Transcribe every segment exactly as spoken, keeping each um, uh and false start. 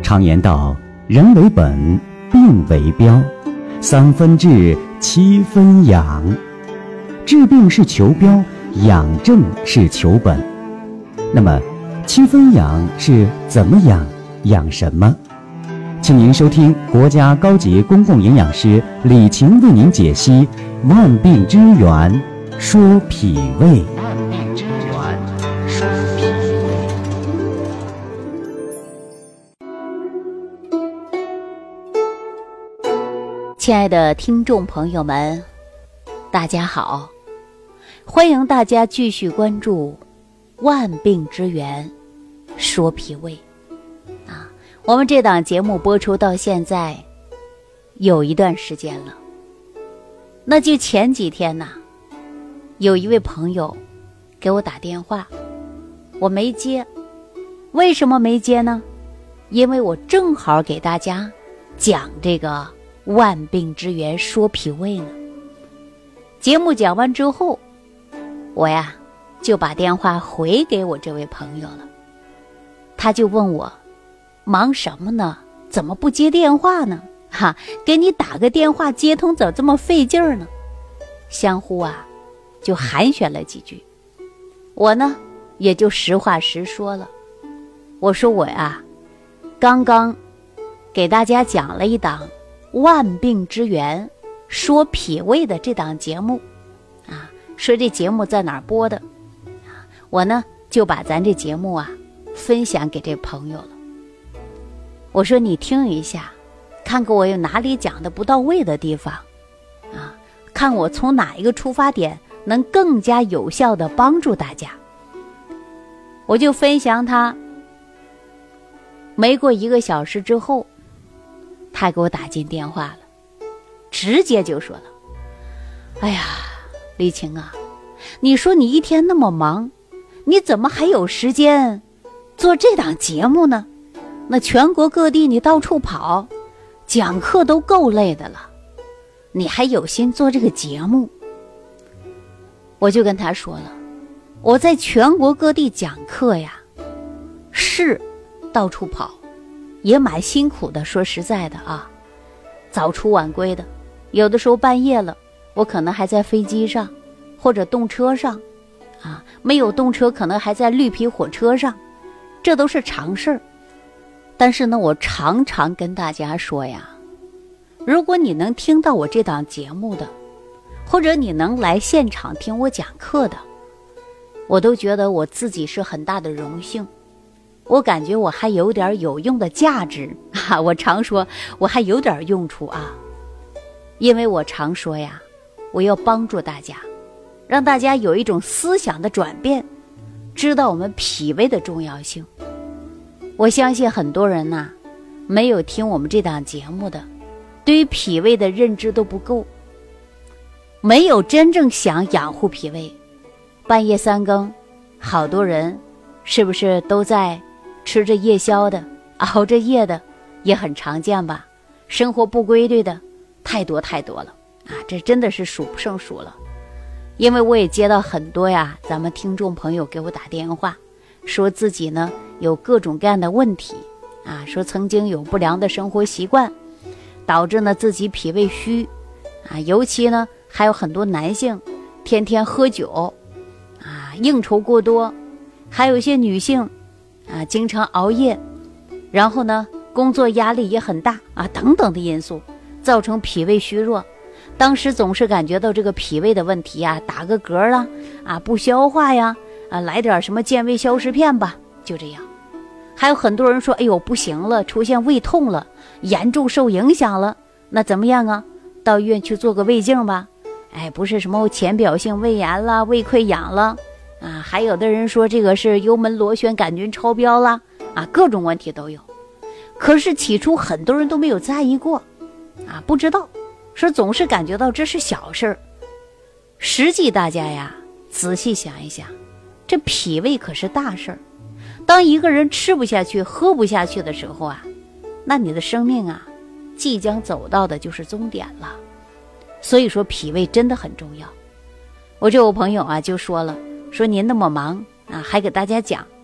常言道，人为本，病为标，三分治，七分养。治病是求标，养正是求本。那么七分养是怎么养，养什么？请您收听国家高级公共营养师李晴为您解析万病之源，说脾胃。万病之源，说脾胃。 亲爱的听众朋友们，大家好，欢迎大家继续关注万病之源，说脾胃。啊，我们这档节目播出到现在有一段时间了，那就前几天呢，有一位朋友给我打电话，我没接。为什么没接呢？因为我正好给大家讲这个万病之源，说脾胃呢。节目讲完之后，我呀就把电话回给我这位朋友了。他就问我忙什么呢，怎么不接电话呢？哈，给你打个电话接通怎么这么费劲儿呢？相互啊就寒暄了几句，我呢也就实话实说了。我说我呀刚刚给大家讲了一档万病之源，说脾胃的这档节目啊，说这节目在哪儿播的啊，我呢就把咱这节目啊分享给这朋友了。我说你听一下，看看我有哪里讲的不到位的地方啊，看我从哪一个出发点能更加有效的帮助大家。我就分享他，没过一个小时之后，他给我打进电话了，直接就说了，哎呀，李晴啊，你说你一天那么忙，你怎么还有时间做这档节目呢？那全国各地你到处跑，讲课都够累的了，你还有心做这个节目？我就跟他说了，我在全国各地讲课呀，是到处跑，也蛮辛苦的，说实在的啊，早出晚归的，有的时候半夜了，我可能还在飞机上或者动车上啊，没有动车可能还在绿皮火车上，这都是常事儿。但是呢，我常常跟大家说呀，如果你能听到我这档节目的，或者你能来现场听我讲课的，我都觉得我自己是很大的荣幸，我感觉我还有点有用的价值啊！我常说我还有点用处啊，因为我常说呀，我要帮助大家，让大家有一种思想的转变，知道我们脾胃的重要性。我相信很多人呐，没有听我们这档节目的，对于脾胃的认知都不够，没有真正想养护脾胃。半夜三更，好多人是不是都在吃着夜宵的，熬着夜的，也很常见吧？生活不规律的太多太多了啊，这真的是数不胜数了。因为我也接到很多呀，咱们听众朋友给我打电话，说自己呢有各种各样的问题啊，说曾经有不良的生活习惯，导致呢自己脾胃虚啊，尤其呢还有很多男性天天喝酒啊，应酬过多，还有一些女性啊经常熬夜，然后呢工作压力也很大啊，等等的因素造成脾胃虚弱。当时总是感觉到这个脾胃的问题啊，打个嗝啦啊，不消化呀啊，来点什么健胃消食片吧，就这样。还有很多人说，哎呦不行了，出现胃痛了，严重受影响了，那怎么样啊？到医院去做个胃镜吧。哎，不是什么浅表性胃炎啦，胃溃疡啦啊，还有的人说这个是幽门螺旋杆菌超标啦啊，各种问题都有。可是起初很多人都没有在意过啊，不知道，说总是感觉到这是小事儿。实际大家呀仔细想一想，这脾胃可是大事儿。当一个人吃不下去喝不下去的时候啊，那你的生命啊即将走到的就是终点了。所以说脾胃真的很重要。我这位朋友啊就说了，说您那么忙啊，还给大家讲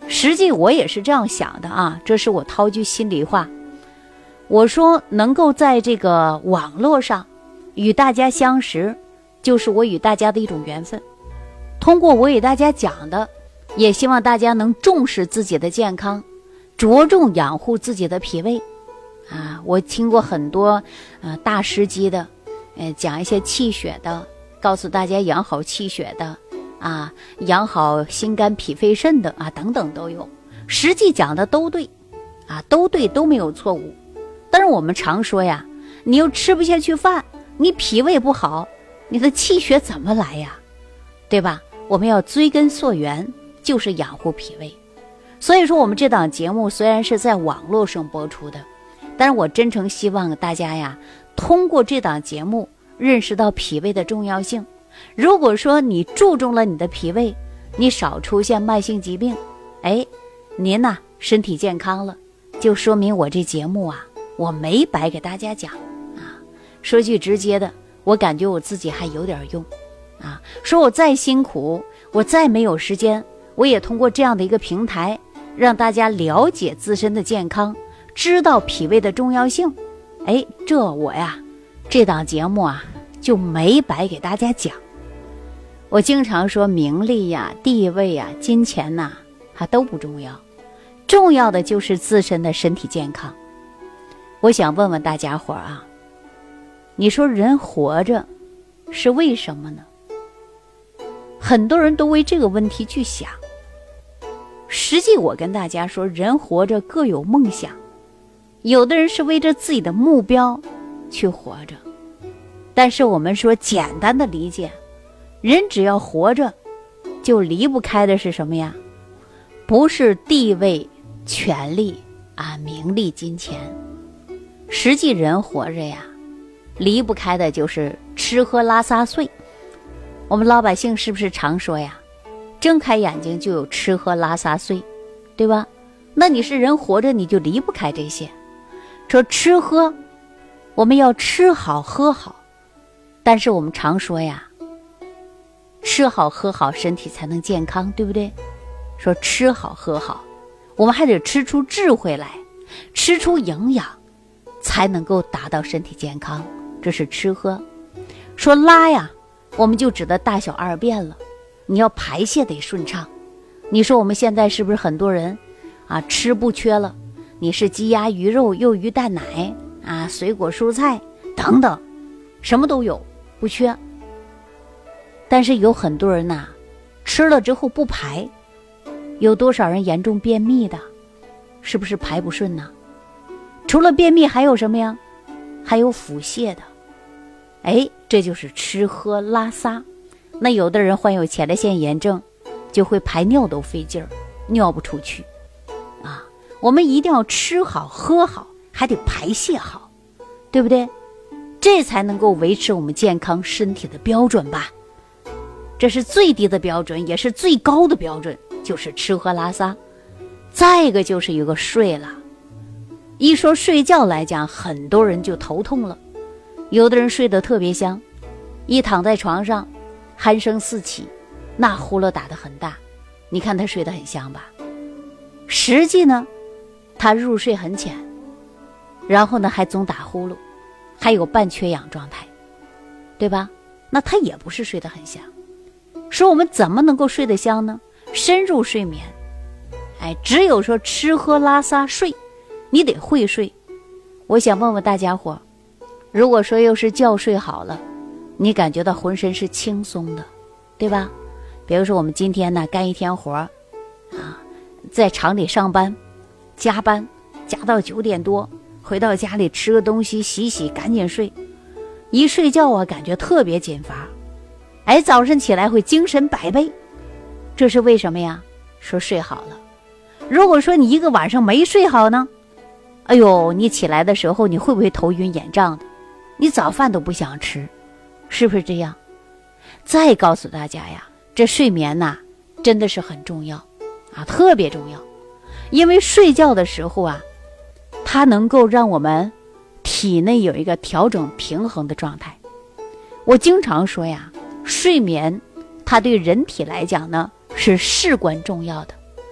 实际我也是这样想的啊，这是我掏句心里话。我说能够在这个网络上与大家相识，就是我与大家的一种缘分。通过我给大家讲的，也希望大家能重视自己的健康，着重养护自己的脾胃啊。我听过很多呃大师级的，呃讲一些气血的，告诉大家养好气血的啊，养好心肝脾肺肾的啊，等等都有。实际讲的都对啊，都对，都没有错误。但是我们常说呀，你又吃不下去饭，你脾胃不好，你的气血怎么来呀？对吧？我们要追根溯源，就是养护脾胃。所以说我们这档节目虽然是在网络上播出的，但是我真诚希望大家呀，通过这档节目认识到脾胃的重要性。如果说你注重了你的脾胃，你少出现慢性疾病，哎，您呐、啊、身体健康了，就说明我这节目啊，我没白给大家讲啊。说句直接的，我感觉我自己还有点用啊。说我再辛苦，我再没有时间，我也通过这样的一个平台，让大家了解自身的健康，知道脾胃的重要性。哎，这我呀，这档节目啊，就没白给大家讲。我经常说名利呀、地位呀、金钱呐、啊，它都不重要，重要的就是自身的身体健康。我想问问大家伙啊，你说人活着是为什么呢？很多人都为这个问题去想。实际我跟大家说，人活着各有梦想，有的人是为着自己的目标去活着。但是我们说简单的理解，人只要活着，就离不开的是什么呀？不是地位、权力啊、名利、金钱。实际人活着呀，离不开的就是吃喝拉撒睡。我们老百姓是不是常说呀，睁开眼睛就有吃喝拉撒睡，对吧？那你是人活着，你就离不开这些。说吃喝，我们要吃好喝好，但是我们常说呀，吃好喝好身体才能健康，对不对？说吃好喝好，我们还得吃出智慧来，吃出营养，才能够达到身体健康，这是吃喝。说拉呀，我们就指的大小二便了，你要排泄得顺畅。你说我们现在是不是很多人啊吃不缺了？你是鸡鸭鱼肉幼鱼蛋奶啊，水果蔬菜等等，什么都有，不缺。但是有很多人呐、啊，吃了之后不排，有多少人严重便秘的？是不是排不顺呢？除了便秘还有什么呀？还有腹泻的。哎，这就是吃喝拉撒。那有的人患有前列腺炎症，就会排尿都费劲儿，尿不出去啊。我们一定要吃好喝好，还得排泄好，对不对？这才能够维持我们健康身体的标准吧。这是最低的标准，也是最高的标准，就是吃喝拉撒。再一个就是一个睡了。一说睡觉来讲，很多人就头痛了。有的人睡得特别香，一躺在床上鼾声四起，那呼噜打得很大，你看他睡得很香吧？实际呢，他入睡很浅，然后呢还总打呼噜，还有半缺氧状态，对吧？那他也不是睡得很香。说我们怎么能够睡得香呢？深入睡眠，哎，只有说吃喝拉撒睡，你得会睡。我想问问大家伙，如果说又是觉睡好了，你感觉到浑身是轻松的，对吧？比如说我们今天呢干一天活啊，在厂里上班加班加到九点多，回到家里吃个东西洗洗赶紧睡，一睡觉啊感觉特别紧乏，哎，早晨起来会精神百倍。这是为什么呀？说睡好了。如果说你一个晚上没睡好呢，哎呦，你起来的时候你会不会头晕眼胀的？你早饭都不想吃，是不是这样？再告诉大家呀，这睡眠呐真的是很重要啊，特别重要。因为睡觉的时候啊，它能够让我们体内有一个调整平衡的状态。我经常说呀，睡眠它对人体来讲呢是至关重要的。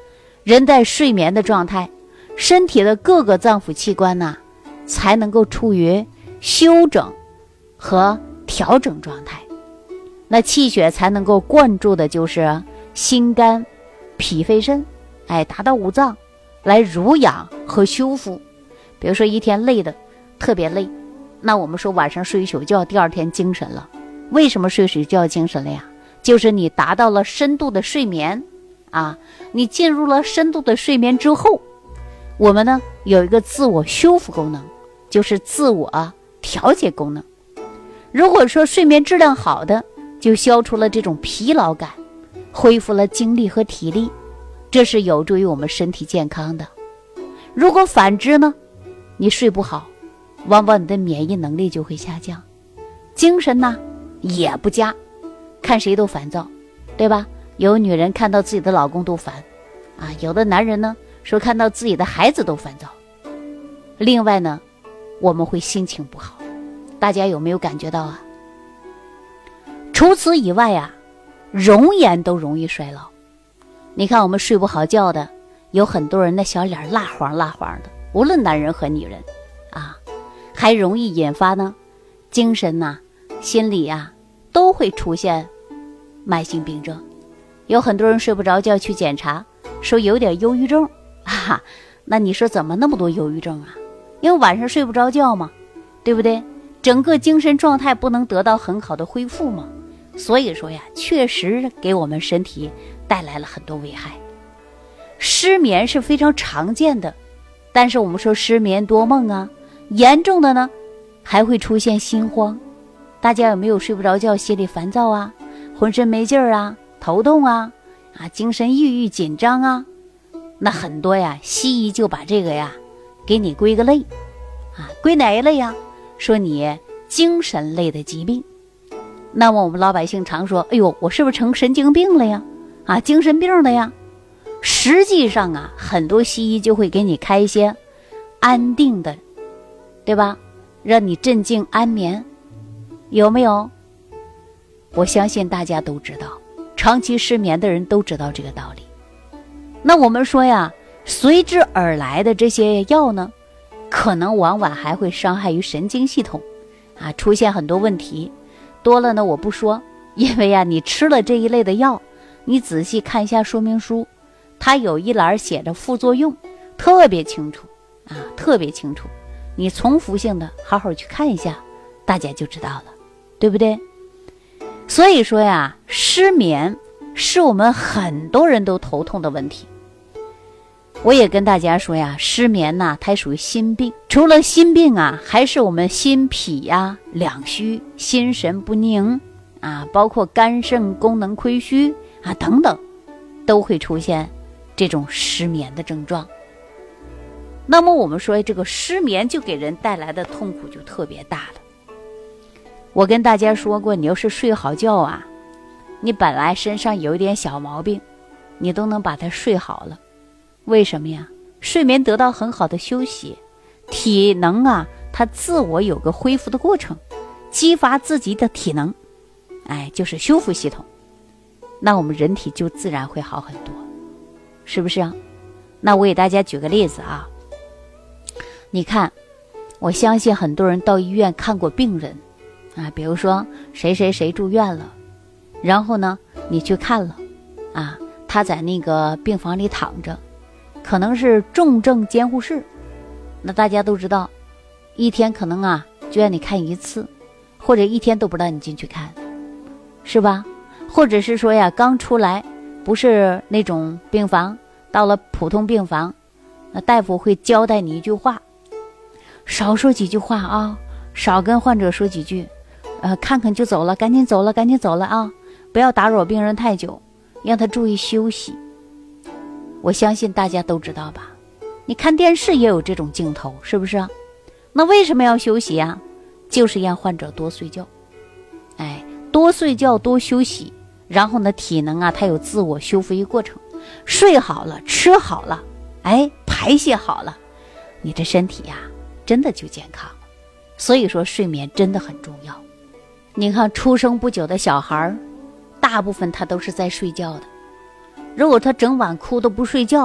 人在睡眠的状态，身体的各个脏腑器官呢、啊，才能够处于休整和调整状态，那气血才能够灌注的就是心肝脾肺肾，哎，达到五脏来濡养和修复。比如说一天累的特别累，那我们说晚上睡一宿觉，第二天精神了。为什么睡睡觉精神了呀？就是你达到了深度的睡眠啊，你进入了深度的睡眠之后，我们呢有一个自我修复功能，就是自我调节功能。如果说睡眠质量好的，就消除了这种疲劳感，恢复了精力和体力，这是有助于我们身体健康的。如果反之呢，你睡不好，往往你的免疫能力就会下降，精神呢也不佳，看谁都烦躁，对吧？有女人看到自己的老公都烦啊，有的男人呢说看到自己的孩子都烦躁。另外呢，我们会心情不好，大家有没有感觉到啊？除此以外啊，容颜都容易衰老。你看我们睡不好觉的，有很多人的小脸蜡黄蜡黄的，无论男人和女人啊，还容易引发呢精神呐、啊、心理啊都会出现慢性病症。有很多人睡不着觉去检查，说有点忧郁症啊，那你说怎么那么多忧郁症啊？因为晚上睡不着觉嘛，对不对？整个精神状态不能得到很好的恢复嘛，所以说呀，确实给我们身体带来了很多危害。失眠是非常常见的，但是我们说失眠多梦啊，严重的呢还会出现心慌。大家有没有睡不着觉，心里烦躁啊，浑身没劲儿啊，头痛啊，啊，精神抑郁紧张啊？那很多呀，西医就把这个呀给你归个类啊，归哪一类呀？说你精神类的疾病。那么我们老百姓常说，哎呦，我是不是成神经病了呀？啊，精神病了呀？实际上啊，很多西医就会给你开一些安定的，对吧？让你镇静安眠，有没有？我相信大家都知道，长期失眠的人都知道这个道理。那我们说呀，随之而来的这些药呢，可能往往还会伤害于神经系统啊，出现很多问题。多了呢我不说，因为呀，你吃了这一类的药，你仔细看一下说明书，它有一栏写着副作用，特别清楚啊，特别清楚。你重复性的好好去看一下，大家就知道了，对不对？所以说呀，失眠是我们很多人都头痛的问题。我也跟大家说呀，失眠呢，它属于心病。除了心病啊，还是我们心脾呀两虚，心神不宁啊，包括肝肾功能亏虚啊等等，都会出现这种失眠的症状。那么我们说这个失眠就给人带来的痛苦就特别大了。我跟大家说过，你要是睡好觉啊，你本来身上有一点小毛病，你都能把它睡好了。为什么呀？睡眠得到很好的休息，体能啊它自我有个恢复的过程，激发自己的体能，哎，就是修复系统，那我们人体就自然会好很多，是不是啊？那我给大家举个例子啊，你看，我相信很多人到医院看过病人啊，比如说谁谁谁住院了，然后呢你去看了啊，他在那个病房里躺着，可能是重症监护室，那大家都知道，一天可能啊就让你看一次，或者一天都不让你进去看，是吧？或者是说呀，刚出来不是那种病房，到了普通病房，那大夫会交代你一句话，少说几句话啊，少跟患者说几句，呃，看看就走了，赶紧走了，赶紧走了啊，不要打扰病人太久，让他注意休息。我相信大家都知道吧，你看电视也有这种镜头，是不是啊？那为什么要休息啊？就是让患者多睡觉，哎，多睡觉多休息，然后呢体能啊它有自我修复一个过程，睡好了，吃好了，哎，排泄好了，你这身体呀真的就健康了。所以说睡眠真的很重要。你看出生不久的小孩，大部分他都是在睡觉的，如果他整晚哭都不睡觉，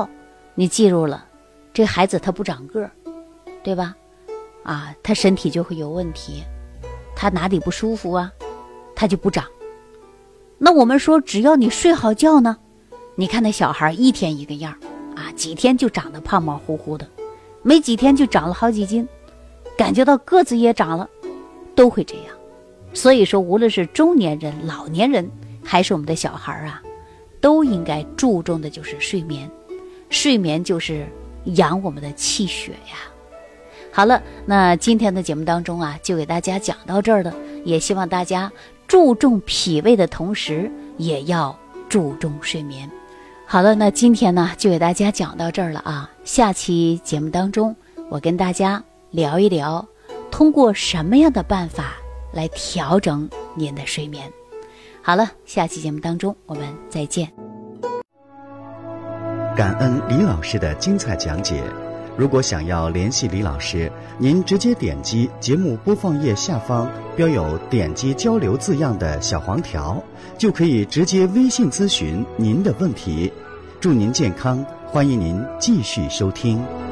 你记住了，这孩子他不长个儿，对吧？啊，他身体就会有问题，他哪里不舒服啊，他就不长。那我们说只要你睡好觉呢，你看那小孩一天一个样啊，几天就长得胖胖乎乎的，没几天就长了好几斤，感觉到个子也长了，都会这样。所以说无论是中年人、老年人还是我们的小孩啊，都应该注重的就是睡眠。睡眠就是养我们的气血呀。好了，那今天的节目当中啊，就给大家讲到这儿了，也希望大家注重脾胃的同时也要注重睡眠。好了，那今天呢就给大家讲到这儿了啊。下期节目当中我跟大家聊一聊通过什么样的办法来调整您的睡眠。好了，下期节目当中我们再见。 感恩李老师的精彩讲解。如果想要联系李老师，您直接点击节目播放页下方标有点击交流字样的小黄条，就可以直接微信咨询您的问题。祝您健康，欢迎您继续收听。